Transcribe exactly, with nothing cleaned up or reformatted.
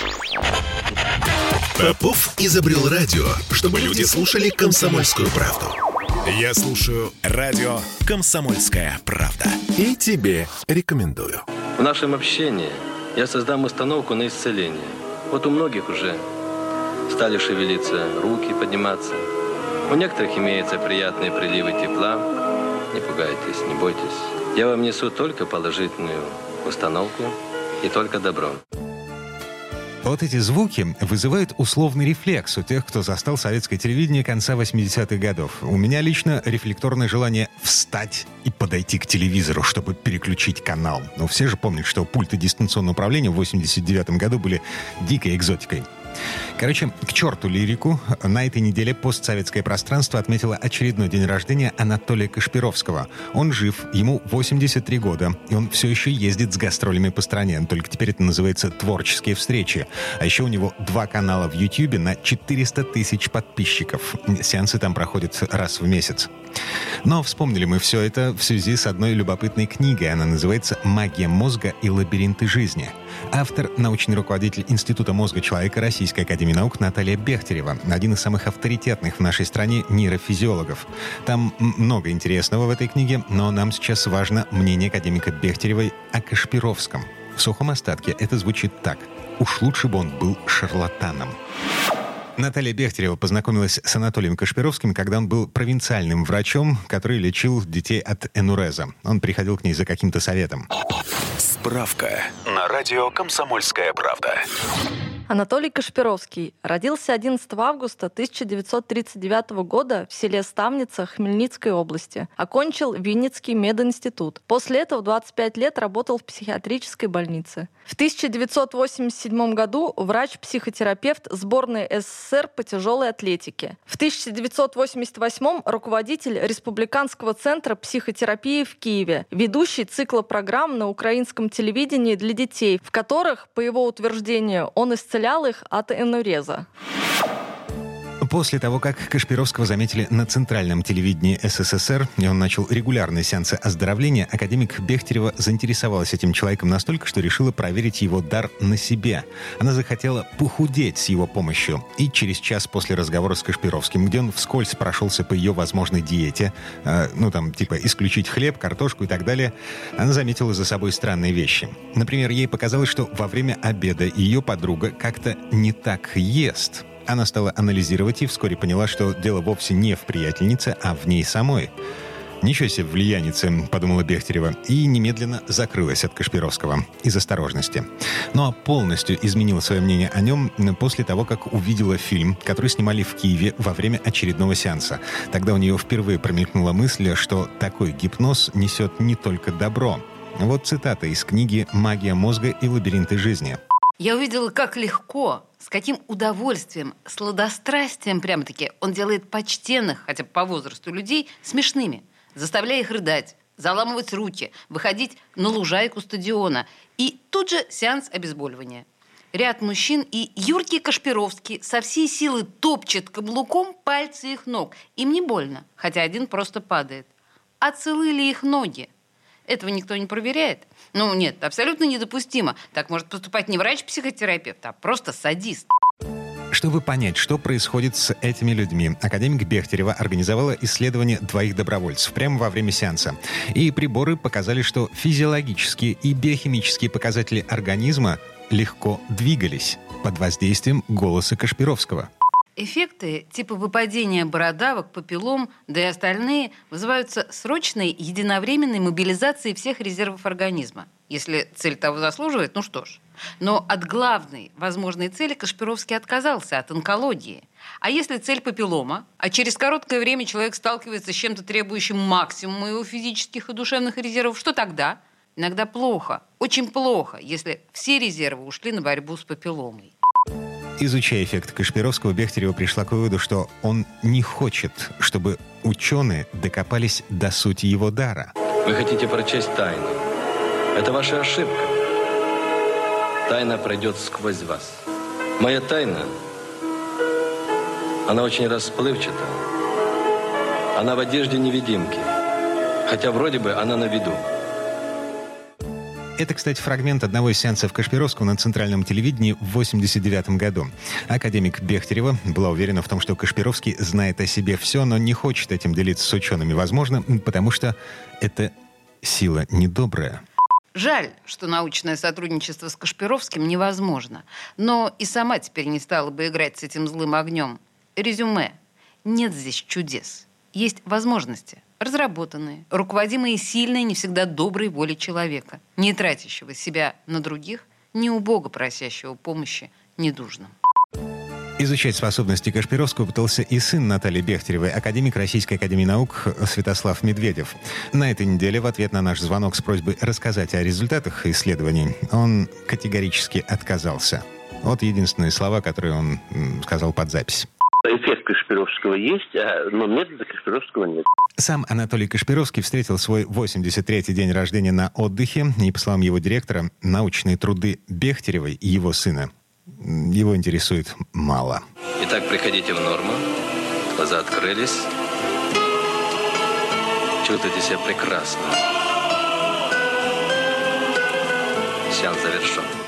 Попов изобрел радио, чтобы люди слушали «Комсомольскую правду». Я слушаю радио «Комсомольская правда». И тебе рекомендую. В нашем общении я создам установку на исцеление. Вот у многих уже стали шевелиться руки, подниматься. У некоторых имеются приятные приливы тепла. Не пугайтесь, не бойтесь. Я вам несу только положительную установку и только добро. Вот эти звуки вызывают условный рефлекс у тех, кто застал советское телевидение конца восьмидесятых годов. У меня лично рефлекторное желание встать и подойти к телевизору, чтобы переключить канал. Но все же помнят, что пульты дистанционного управления в восемьдесят девятом году были дикой экзотикой. Короче, к черту лирику. На этой неделе постсоветское пространство отметило очередной день рождения Анатолия Кашпировского. Он жив, ему восемьдесят три года, и он все еще ездит с гастролями по стране. Только теперь это называется «Творческие встречи». А еще у него два канала в Ютьюбе на четыреста тысяч подписчиков. Сеансы там проходят раз в месяц. Но вспомнили мы все это в связи с одной любопытной книгой. Она называется «Магия мозга и лабиринты жизни». Автор — научный руководитель Института мозга человека Российской академии наук Наталья Бехтерева, один из самых авторитетных в нашей стране нейрофизиологов. Там много интересного в этой книге, но нам сейчас важно мнение академика Бехтеревой о Кашпировском. В сухом остатке это звучит так: уж лучше бы он был шарлатаном. Наталья Бехтерева познакомилась с Анатолием Кашпировским, когда он был провинциальным врачом, который лечил детей от энуреза. Он приходил к ней за каким-то советом. Справка на радио «Комсомольская правда». Анатолий Кашпировский родился одиннадцатого августа тысяча девятьсот тридцать девятого года в селе Ставница Хмельницкой области. Окончил Винницкий мединститут. После этого двадцать пять лет работал в психиатрической больнице. В тысяча девятьсот восемьдесят седьмом году врач-психотерапевт сборной СССР по тяжелой атлетике. В тысяча девятьсот восемьдесят восьмом руководитель Республиканского центра психотерапии в Киеве, ведущий цикла программ на украинском телевидении для детей, в которых, по его утверждению, он исцелял их от энуреза. После того, как Кашпировского заметили на центральном телевидении СССР, и он начал регулярные сеансы оздоровления, академик Бехтерева заинтересовалась этим человеком настолько, что решила проверить его дар на себе. Она захотела похудеть с его помощью. И через час после разговора с Кашпировским, где он вскользь прошелся по ее возможной диете, э, ну там типа исключить хлеб, картошку и так далее, она заметила за собой странные вещи. Например, ей показалось, что во время обеда ее подруга как-то не так ест. Она стала анализировать и вскоре поняла, что дело вовсе не в приятельнице, а в ней самой. «Ничего себе влияница», — подумала Бехтерева, и немедленно закрылась от Кашпировского из осторожности. Ну а полностью изменила свое мнение о нем после того, как увидела фильм, который снимали в Киеве во время очередного сеанса. Тогда у нее впервые промелькнула мысль, что такой гипноз несет не только добро. Вот цитата из книги «Магия мозга и лабиринты жизни». Я увидела, как легко, с каким удовольствием, сладострастием прямо-таки он делает почтенных, хотя бы по возрасту людей, смешными, заставляя их рыдать, заламывать руки, выходить на лужайку стадиона. И тут же сеанс обезболивания. Ряд мужчин и юркий Кашпировский со всей силы топчет каблуком пальцы их ног. Им не больно, хотя один просто падает. А целы ли их ноги? Этого никто не проверяет. Ну, нет, абсолютно недопустимо. Так может поступать не врач-психотерапевт, а просто садист. Чтобы понять, что происходит с этими людьми, академик Бехтерева организовала исследование двоих добровольцев прямо во время сеанса. И приборы показали, что физиологические и биохимические показатели организма легко двигались под воздействием голоса Кашпировского. Эффекты типа выпадения бородавок, папиллом, да и остальные вызываются срочной единовременной мобилизацией всех резервов организма. Если цель того заслуживает, ну что ж. Но от главной возможной цели Кашпировский отказался, от онкологии. А если цель папиллома, а через короткое время человек сталкивается с чем-то требующим максимума его физических и душевных резервов, что тогда? Иногда плохо, очень плохо, если все резервы ушли на борьбу с папилломой. Изучая эффект Кашпировского, Бехтерева пришла к выводу, что он не хочет, чтобы ученые докопались до сути его дара. Вы хотите прочесть тайну. Это ваша ошибка. Тайна пройдет сквозь вас. Моя тайна, она очень расплывчата. Она в одежде невидимки. Хотя вроде бы она на виду. Это, кстати, фрагмент одного из сеансов Кашпировского на центральном телевидении в восемьдесят девятом году. Академик Бехтерева была уверена в том, что Кашпировский знает о себе все, но не хочет этим делиться с учеными. Возможно, потому что это сила недобрая. Жаль, что научное сотрудничество с Кашпировским невозможно. Но и сама теперь не стала бы играть с этим злым огнем. Резюме. Нет здесь чудес. Есть возможности, разработанные, руководимые сильной, не всегда доброй волей человека, не тратящего себя на других, не убого просящего помощи недужным. Изучать способности Кашпировского пытался и сын Натальи Бехтеревой, академик Российской академии наук Святослав Медведев. На этой неделе в ответ на наш звонок с просьбой рассказать о результатах исследований он категорически отказался. Вот единственные слова, которые он сказал под запись. Эффект Кашпировского есть, но метода Кашпировского нет. Сам Анатолий Кашпировский встретил свой восемьдесят третий день рождения на отдыхе, и, по словам его директора, научные труды Бехтеревой и его сына его интересует мало. Итак, приходите в норму, глаза открылись, чувствуйте себя прекрасно. Сеанс завершен.